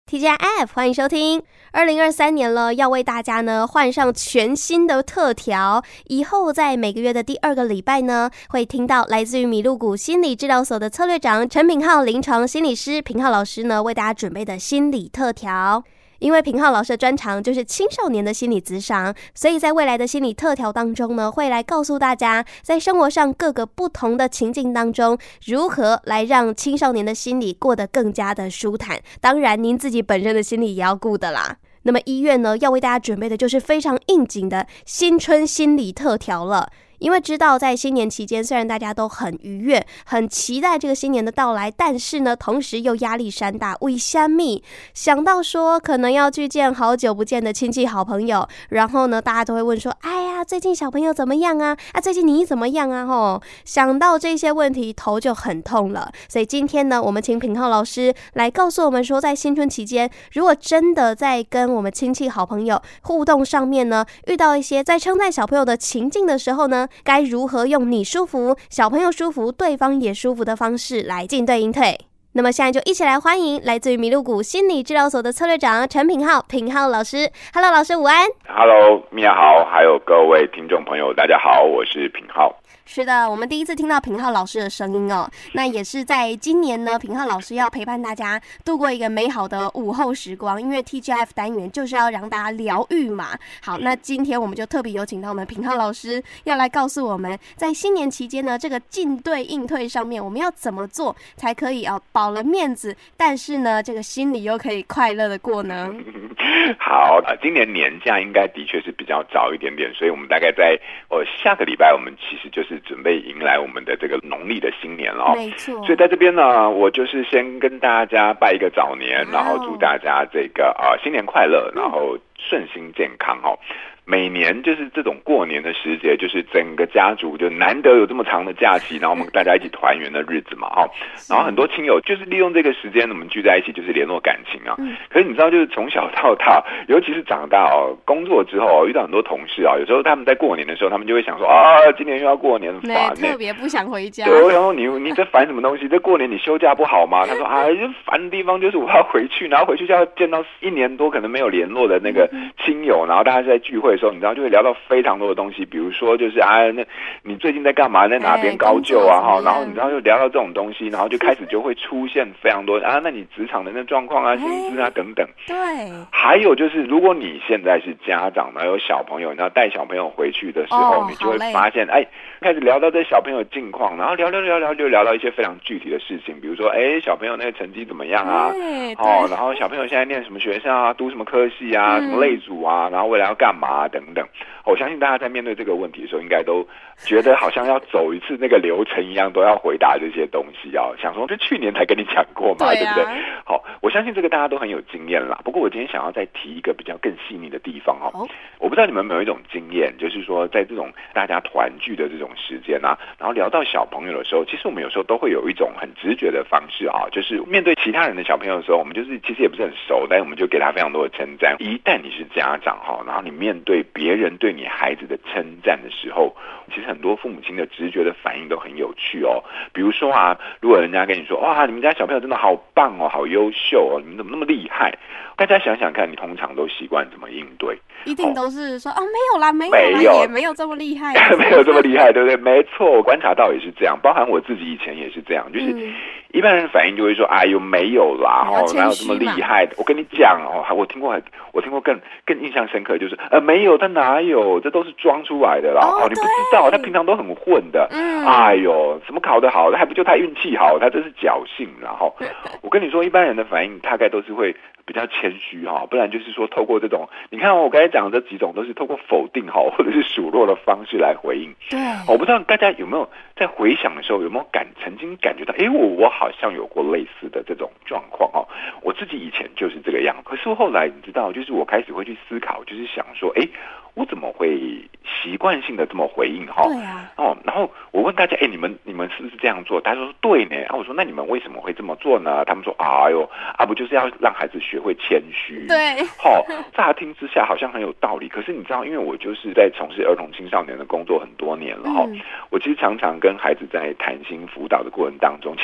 TGIF， 欢迎收听。2023年了，要为大家呢换上全新的特调。以后在每个月的第2个礼拜呢，会听到来自于米露谷心理治疗所的策略长陈品皓临床心理师品皓老师呢，为大家准备的心理特调。因为品皓老师的专长就是青少年的心理咨商，所以在未来的心理特调当中呢，会来告诉大家，在生活上各个不同的情境当中，如何来让青少年的心理过得更加的舒坦。当然，您自己本身的心理也要顾的啦。那么医院呢，要为大家准备的就是非常应景的新春心理特调了。因为知道在新年期间，虽然大家都很愉悦，很期待这个新年的到来，但是呢，同时又压力山大。为什么？想到说可能要去见好久不见的亲戚好朋友，然后呢，大家都会问说：“哎呀，最近小朋友怎么样啊？最近你怎么样啊？”想到这些问题，头就很痛了。所以今天呢，我们请品皓老师来告诉我们说，在新春期间，如果真的在跟我们亲戚好朋友互动上面呢，遇到一些在称赞小朋友的情境的时候呢，该如何用你舒服、小朋友舒服、对方也舒服的方式来进对应退？那么现在就一起来欢迎来自于米露谷心理治疗所的策略长陈品皓品皓老师。Hello， 老师午安。 Hello， 米娅好，还有各位听众朋友，大家好，我是品皓。 是的，我们第一次听到品皓老师的声音哦。那也是在今年呢，品皓老师要陪伴大家度过一个美好的午后时光，因为 TGIF 单元就是要让大家疗愈嘛。好，那今天我们就特别有请到我们品皓老师，要来告诉我们，在新年期间呢，这个进对应退上面，我们要怎么做才可以保了面子，但是呢，这个心里又可以快乐的过呢？ 好，今年年假应该的确是比较早一点点，所以我们大概在下个礼拜，我们其实就是准备迎来我们的这个农历的新年了。 没错。 所以在这边呢，我就是先跟大家拜一个早年，然后祝大家这个新年快乐，然后顺心健康哦。每年就是这种过年的时节，就是整个家族就难得有这么长的假期，然后我们大家一起团圆的日子嘛，然后很多亲友就是利用这个时间，我们聚在一起，就是联络感情啊。可是你知道，就是从小到大，尤其是长大工作之后遇到很多同事有时候他们在过年的时候，他们就会想说今年又要过年，烦特别不想回家。 对，我想说你在烦什么东西？这过年你休假不好吗？他说烦的地方就是我要回去，然后回去就要见到1年多可能没有联络的那个亲友，然后大家在聚会的时候，你知道就会聊到非常多的东西，比如说就是那你最近在干嘛？在哪边高就啊？然后你知道就聊到这种东西，然后就开始就会出现非常多那你职场的那状况薪资等等。 对。 还有就是，如果你现在是家长呢，有小朋友，你要带小朋友回去的时候，你就会发现开始聊到这小朋友近况，然后聊就聊到一些非常具体的事情，比如说小朋友那个成绩怎么样啊？然后小朋友现在念什么学校啊？读什么科系啊？什么类组啊？然后未来要干嘛等等。我相信大家在面对这个问题的时候，应该都觉得好像要走一次那个流程一样，都要回答这些东西想说这去年才跟你讲过嘛，对不对？好，我相信这个大家都很有经验啦。不过我今天想要再提一个比较更细腻的地方我不知道你们有没有一种经验，就是说在这种大家团聚的这种时间然后聊到小朋友的时候，其实我们有时候都会有一种很直觉的方式就是面对其他人的小朋友的时候，我们就是其实也不是很熟，但是我们就给他非常多的称赞。一旦你是家长然后你面对别人对你孩子的称赞的时候，其实很多父母亲的直觉的反应都很有趣比如说如果人家跟你说你们家小朋友真的好棒好优秀你们怎么那么厉害？大家想想看，你通常都习惯怎么应对？ 一定都是说没有啦，没有啦，也没有这么厉害没有这么厉害，对不对？没错，我观察到也是这样，包含我自己以前也是这样，就是一般人反应就会说没有啦哪有这么厉害的？我跟你讲我听过更印象深刻，就是没有，他哪有？这都是装出来的啦你不知道，他平常都很混的什么考得好，还不就他运气好，他这是侥幸。然后我跟你说，一般人的反应大概都是会比较谦虚不然就是说透过这种，你看我刚才讲的这几种都是透过否定或者是数落的方式来回应。 对， 我不知道大家有没有在回想的时候有没有曾经感觉到我好像有过类似的这种状况我自己以前就是这个样，可是后来你知道，就是我开始会去思考，就是想说我怎么会习惯性的这么回应对啊然后我问大家你们是不是这样做？大家说对呢我说那你们为什么会这么做呢？他们说不就是要让孩子学会谦虚？ 对乍听之下好像很有道理，可是你知道，因为我就是在从事儿童青少年的工作很多年了我其实常常跟孩子在谈心辅导的过程当中，其实也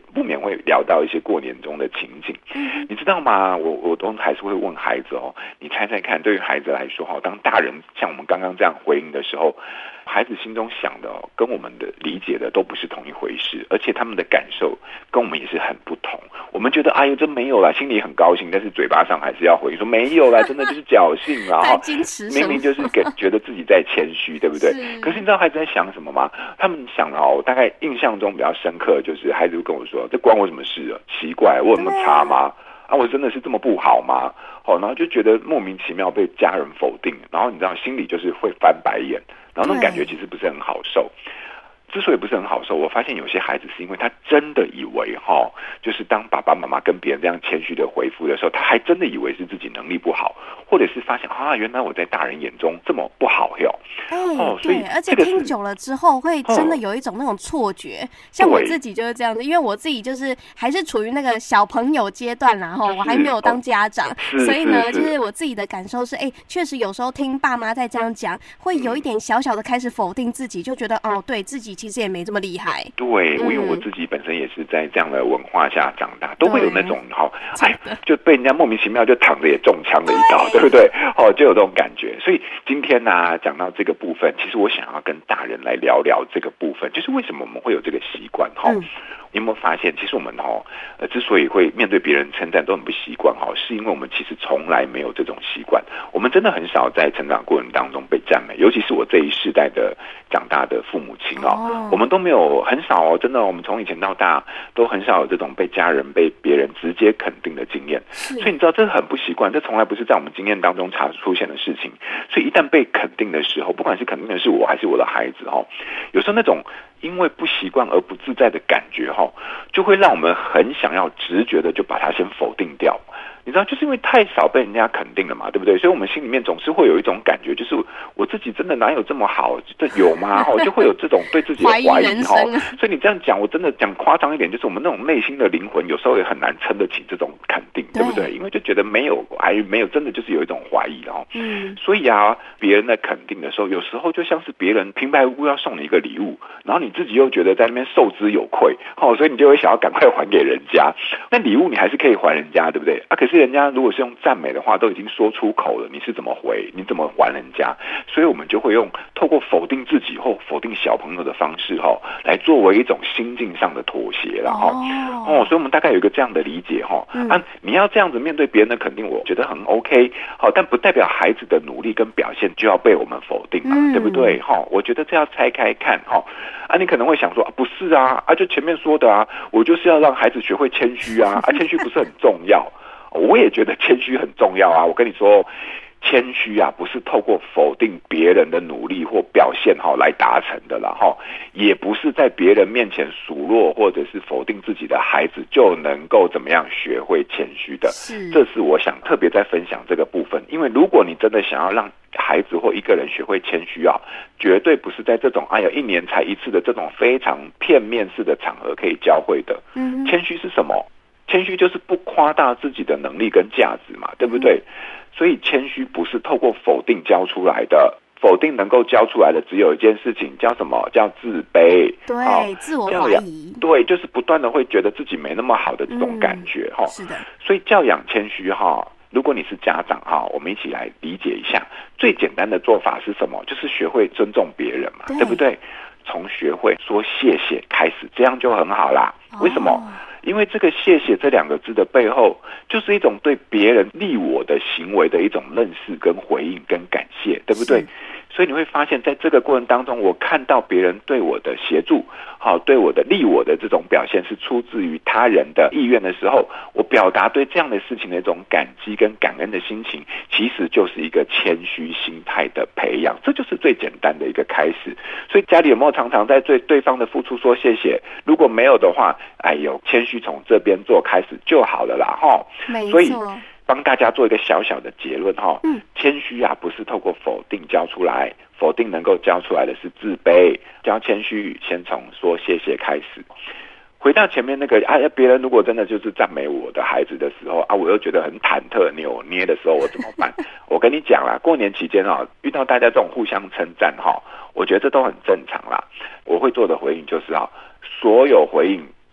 不免会聊到一些过年中的情景。你知道吗？我都还是会问孩子你猜猜看，对于孩子来说当大人像我们刚刚这样回应的时候，孩子心中想的跟我们的理解的都不是同一回事，而且他们的感受跟我们也是很不同。我们觉得哎呦这没有啦，心里很高兴，但是嘴巴上还是要回应说没有啦，真的就是侥幸啦明明就是觉得自己在谦虚，对不对？可是你知道孩子在想什么吗？他们想大概印象中比较深刻，就是孩子会跟我说，这关我什么事啊？奇怪，我有那么差吗？我真的是这么不好吗？然后就觉得莫名其妙被家人否定，然后你知道心里就是会翻白眼，然后那种感觉其实不是很好受。之所以不是很好受，我发现有些孩子是因为他真的以为就是当爸爸妈妈跟别人这样谦虚的回复的时候，他还真的以为是自己能力不好，或者是发现原来我在大人眼中这么不好哟。 所以而且听久了之后会真的有一种那种错觉，像我自己就是这样子，因为我自己就是还是处于那个小朋友阶段啦，我还没有当家长，所以呢，就是我自己的感受是，确实有时候听爸妈在这样讲，会有一点小小的开始否定自己，就觉得对自己其实也没这么厉害。对， 因为我自己本身也是在这样的文化下长大，都会有那种就被人家莫名其妙就躺着也中枪了一刀，对不对？就有这种感觉。所以今天呢，讲到这个部分，其实我想要跟大人来聊聊这个部分，就是为什么我们会有这个习惯你有没有发现，其实我们之所以会面对别人称赞都很不习惯是因为我们其实从来没有这种习惯。我们真的很少在成长过程当中被赞美，尤其是我这一世代的长大的父母亲我们都没有，很少真的，我们从以前到大都很少有这种被家人被别人直接肯定的经验。所以你知道这很不习惯，这从来不是在我们经验当中出现的事情。所以一旦被肯定的时候，不管是肯定的是我还是我的孩子有时候那种因为不习惯而不自在的感觉就会让我们很想要直觉的就把它先否定掉。你知道，就是因为太少被人家肯定了嘛，对不对？所以我们心里面总是会有一种感觉，就是我自己真的哪有这么好？这有吗？就会有这种对自己的怀疑所以你这样讲，我真的讲夸张一点，就是我们那种内心的灵魂有时候也很难撑得起这种肯定，对不对？因为就觉得没有，真的就是有一种怀疑所以别人在肯定的时候，有时候就像是别人平白无故要送你一个礼物，然后你自己又觉得在那边受之有愧所以你就会想要赶快还给人家。那礼物你还是可以还人家，对不对？可是人家如果是用赞美的话，都已经说出口了，你是怎么回？你怎么还人家？所以我们就会用透过否定自己或否定小朋友的方式来作为一种心境上的妥协了所以我们大概有一个这样的理解你要这样子面对别人的肯定，我觉得很 OK 但不代表孩子的努力跟表现就要被我们否定嘛，对不对我觉得这要拆开看你可能会想说不是就前面说的我就是要让孩子学会谦虚谦虚不是很重要？我也觉得谦虚很重要我跟你说，谦虚不是透过否定别人的努力或表现来达成的啦也不是在别人面前数落或者是否定自己的孩子就能够怎么样学会谦虚的。这是我想特别在分享这个部分，因为如果你真的想要让孩子或一个人学会谦虚绝对不是在这种一年才一次的这种非常片面式的场合可以教会的。谦虚是什么？谦虚就是不夸大自己的能力跟价值嘛，对不对？所以谦虚不是透过否定教出来的，否定能够教出来的只有一件事情，叫什么？叫自卑。 对，自我怀疑。 对，就是不断的会觉得自己没那么好的这种感觉是的。 所以教养谦虚如果你是家长我们一起来理解一下，最简单的做法是什么？就是学会尊重别人嘛，对不对？从学会说谢谢开始，这样就很好啦。为什么？因为这个谢谢这两个字的背后，就是一种对别人利我的行为的一种认识跟回应跟感谢，对不对？所以你会发现在这个过程当中，我看到别人对我的协助对我的利我的这种表现是出自于他人的意愿的时候，我表达对这样的事情的一种感激跟感恩的心情，其实就是一个谦虚心态的培养，这就是最简单的一个开始。所以家里有没有常常在对方的付出说谢谢？如果没有的话，谦虚从这边做开始就好了啦没错。 所以帮大家做一个小小的结论谦虚不是透过否定教出来，否定能够教出来的是自卑。教谦虚先从说谢谢开始。回到前面那个别人如果真的就是赞美我的孩子的时候我又觉得很忐忑扭捏的时候，我怎么办？我跟你讲啦，过年期间遇到大家这种互相称赞我觉得这都很正常啦。我会做的回应就是所有回应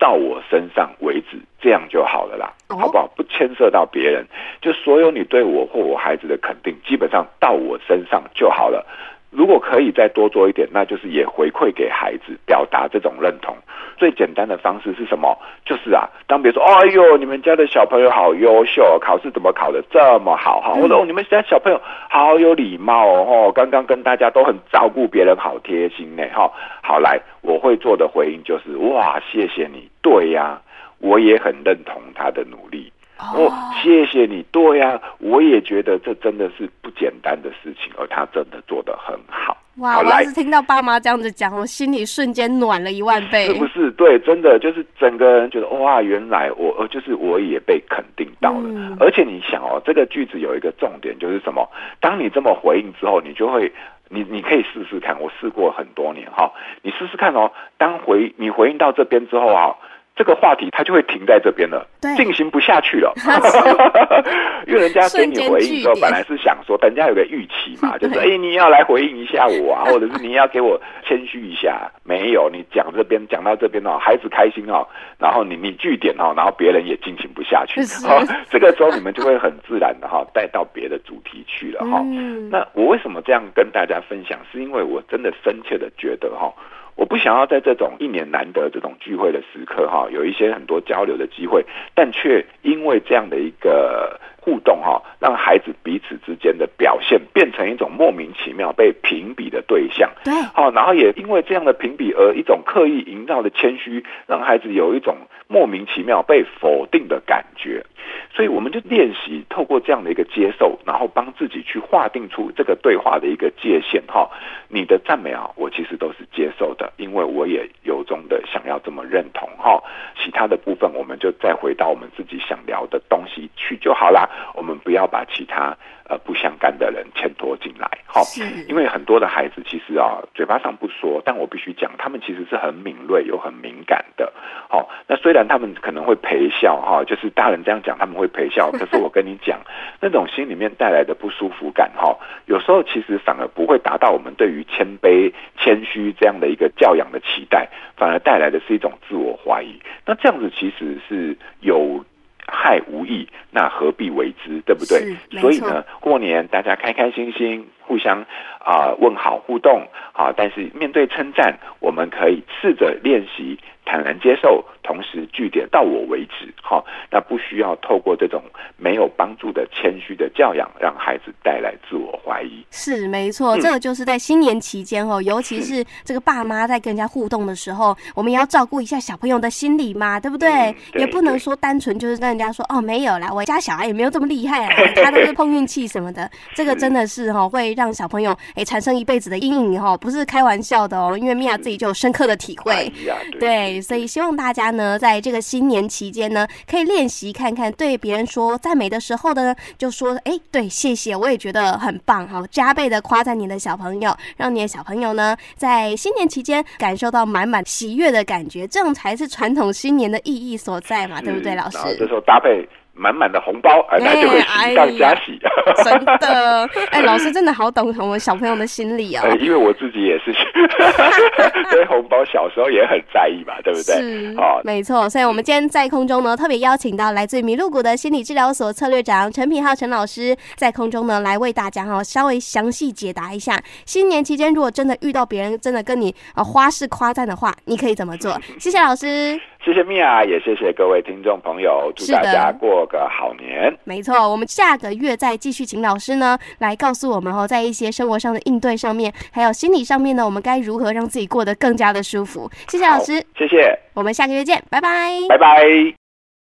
到我身上为止，这样就好了啦，好不好？不牵涉到别人，就所有你对我或我孩子的肯定，基本上到我身上就好了。如果可以再多做一点，那就是也回馈给孩子，表达这种认同。最简单的方式是什么？就是当别人说，哎呦，你们家的小朋友好优秀，考试怎么考得这么好哈？或者你们家小朋友好有礼貌哦，刚刚跟大家都很照顾别人，好贴心呢哈。好，来，我会做的回应就是，哇，谢谢你，对呀，我也很认同他的努力。谢谢你，对呀，我也觉得这真的是不简单的事情，而他真的做得很好。 哇！我要是听到爸妈这样子讲，我心里瞬间暖了10000倍， 是不是？对，真的就是整个人觉得哇，原来我也被肯定到了。而且你想这个句子有一个重点就是什么？当你这么回应之后，你就会，你可以试试看，我试过很多年你试试看当你回应到这边之后这个话题它就会停在这边了，进行不下去了。因为人家给你回应之后，本来是想说，人家有个预期嘛，就是你要来回应一下我或者是你要给我谦虚一下。没有，你讲到这边孩子开心然后你句点然后别人也进行不下去。这个时候你们就会很自然的带到别的主题去了那我为什么这样跟大家分享？是因为我真的深切的觉得我不想要在这种1年难得这种聚会的时刻有一些很多交流的机会，但却因为这样的一个互动让孩子彼此之间的表现变成一种莫名其妙被评比的对象。 对， 然后也因为这样的评比而一种刻意营造的谦虚，让孩子有一种莫名其妙被否定的感觉。所以我们就练习透过这样的一个接受，然后帮自己去划定出这个对话的一个界限你的赞美我其实都是接受的，因为我也由衷的想要这么认同其他的部分我们就再回到我们自己想聊的东西去就好啦，我们不要把其他不相干的人牵拖进来因为很多的孩子其实嘴巴上不说，但我必须讲，他们其实是很敏锐又很敏感的那虽然他们可能会陪笑就是大人这样讲他们会陪笑，可是我跟你讲，那种心里面带来的不舒服感有时候其实反而不会达到我们对于谦卑谦虚这样的一个教养的期待，反而带来的是一种自我怀疑。那这样子其实是有害无益，那何必为之，对不对？所以呢，过年大家开开心心互相问好互动但是面对称赞，我们可以试着练习坦然接受，同时句点到我为止那不需要透过这种没有帮助的谦虚的教养，让孩子带来自我怀疑。 是没错，这个就是在新年期间尤其是这个爸妈在跟人家互动的时候，我们也要照顾一下小朋友的心理嘛，对不对？也不能说单纯就是跟人家说没有啦，我家小孩也没有这么厉害他都是碰运气什么的，这个真的是会让小朋友产生一辈子的阴影不是开玩笑的因为米娅自己就有深刻的体会。对，所以希望大家呢在这个新年期间呢可以练习看看，对别人说赞美的时候呢就说对，谢谢，我也觉得很棒加倍的夸赞你的小朋友，让你的小朋友呢在新年期间感受到满满喜悦的感觉，这样才是传统新年的意义所在嘛，对不对，老师？ 然后这时候搭配满满的红包，那就会喜上加喜。 真的，老师真的好懂我们小朋友的心理因为我自己也是对红包小时候也很在意嘛，对不对？ 是没错。所以我们今天在空中呢特别邀请到来自于麋鹿谷的心理治疗所策略长陈品皓陈老师，在空中呢来为大家稍微详细解答一下，新年期间如果真的遇到别人真的跟你花式夸赞的话，你可以怎么做？谢谢老师。 谢谢米娅，也谢谢各位听众朋友，祝大家过个好年。 没错，我们下个月再继续请老师呢来告诉我们在一些生活上的应对上面，还有心理上面呢，我们该如何让自己过得更加的舒服。谢谢老师， 谢谢， 我们下个月见，拜拜， 拜拜。